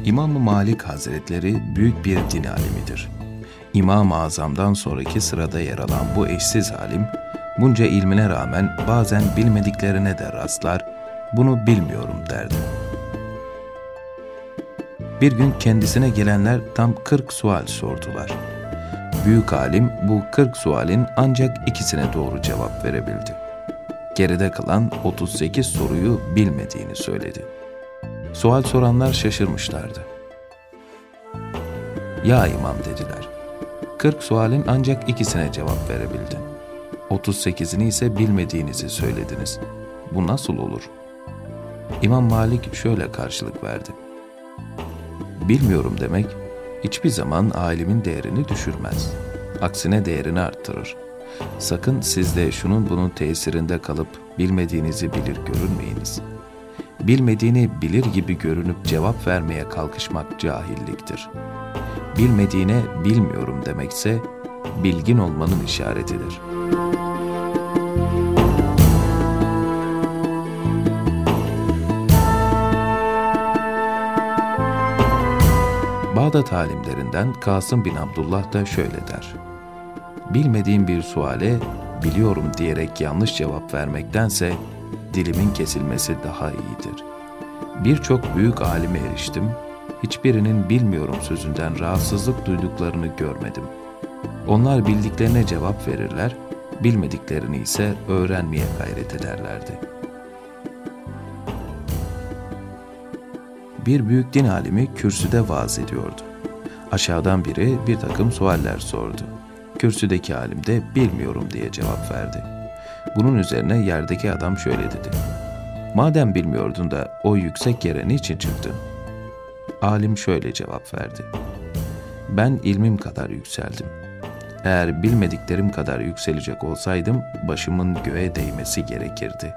İmam-ı Malik Hazretleri büyük bir din alimidir. İmam-ı Azam'dan sonraki sırada yer alan bu eşsiz alim, bunca ilmine rağmen bazen bilmediklerine de rastlar, bunu bilmiyorum derdi. Bir gün kendisine gelenler tam 40 sual sordular. Büyük alim bu 40 sualin ancak ikisine doğru cevap verebildi. Geride kalan 38 soruyu bilmediğini söyledi. Sual soranlar şaşırmışlardı. "Ya imam," dediler, 40 sualin ancak ikisine cevap verebildin. 38'ini ise bilmediğinizi söylediniz. Bu nasıl olur? İmam Malik şöyle karşılık verdi. Bilmiyorum demek, hiçbir zaman alimin değerini düşürmez. Aksine değerini arttırır. Sakın siz de şunun bunun tesirinde kalıp bilmediğinizi bilir görünmeyiniz. Bilmediğini bilir gibi görünüp cevap vermeye kalkışmak cahilliktir. Bilmediğine bilmiyorum demekse bilgin olmanın işaretidir. Bağdat alimlerinden Kasım bin Abdullah da şöyle der. Bilmediğim bir suale biliyorum diyerek yanlış cevap vermektense dilimin kesilmesi daha iyidir. Birçok büyük alime eriştim, hiçbirinin bilmiyorum sözünden rahatsızlık duyduklarını görmedim. Onlar bildiklerine cevap verirler, bilmediklerini ise öğrenmeye gayret ederlerdi. Bir büyük din alimi kürsüde vaaz ediyordu. Aşağıdan biri bir takım sualler sordu. Kürsüdeki alim de bilmiyorum diye cevap verdi. Bunun üzerine yerdeki adam şöyle dedi. Madem bilmiyordun da o yüksek yere niçin çıktın? Alim şöyle cevap verdi. Ben ilmim kadar yükseldim. Eğer bilmediklerim kadar yükselecek olsaydım başımın göğe değmesi gerekirdi.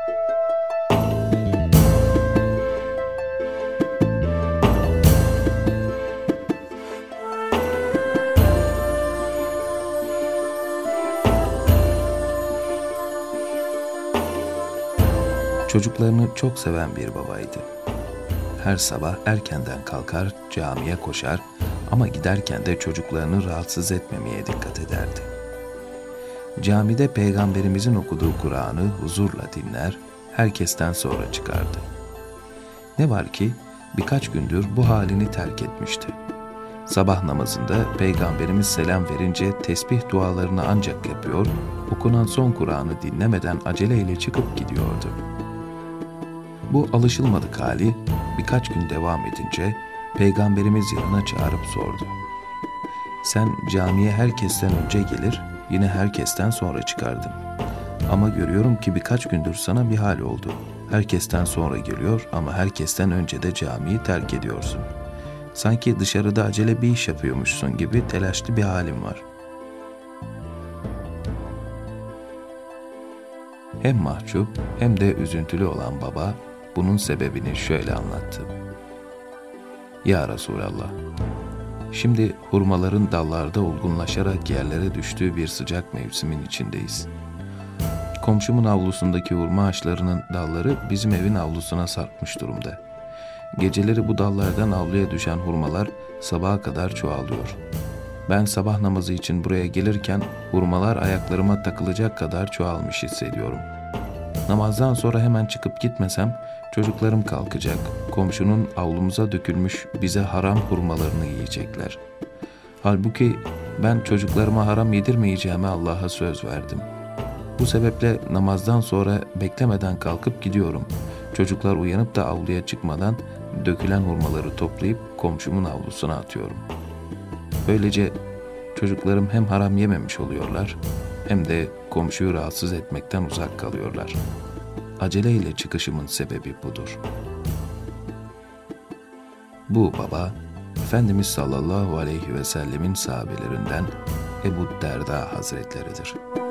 Çocuklarını çok seven bir babaydı. Her sabah erkenden kalkar, camiye koşar ama giderken de çocuklarını rahatsız etmemeye dikkat ederdi. Camide Peygamberimizin okuduğu Kur'an'ı huzurla dinler, herkesten sonra çıkardı. Ne var ki birkaç gündür bu halini terk etmişti. Sabah namazında Peygamberimiz selam verince tesbih dualarını ancak yapıyor, okunan son Kur'an'ı dinlemeden aceleyle çıkıp gidiyordu. Bu alışılmadık hali birkaç gün devam edince Peygamberimiz yanına çağırıp sordu. Sen camiye herkesten önce gelir, yine herkesten sonra çıkardın. Ama görüyorum ki birkaç gündür sana bir hal oldu. Herkesten sonra geliyor ama herkesten önce de camiyi terk ediyorsun. Sanki dışarıda acele bir iş yapıyormuşsun gibi telaşlı bir halin var. Hem mahcup hem de üzüntülü olan baba bunun sebebini şöyle anlattı. Ya Resulallah, şimdi hurmaların dallarda olgunlaşarak yerlere düştüğü bir sıcak mevsimin içindeyiz. Komşumun avlusundaki hurma ağaçlarının dalları bizim evin avlusuna sarkmış durumda. Geceleri bu dallardan avluya düşen hurmalar sabaha kadar çoğalıyor. Ben sabah namazı için buraya gelirken hurmalar ayaklarıma takılacak kadar çoğalmış hissediyorum. Namazdan sonra hemen çıkıp gitmesem çocuklarım kalkacak, komşunun avlumuza dökülmüş bize haram hurmalarını yiyecekler. Halbuki ben çocuklarıma haram yedirmeyeceğime Allah'a söz verdim. Bu sebeple namazdan sonra beklemeden kalkıp gidiyorum. Çocuklar uyanıp da avluya çıkmadan dökülen hurmaları toplayıp komşumun avlusuna atıyorum. Böylece çocuklarım hem haram yememiş oluyorlar hem de komşuyu rahatsız etmekten uzak kalıyorlar. Aceleyle çıkışımın sebebi budur. Bu baba, Efendimiz sallallahu aleyhi ve sellemin sahabelerinden Ebu Derda Hazretleridir.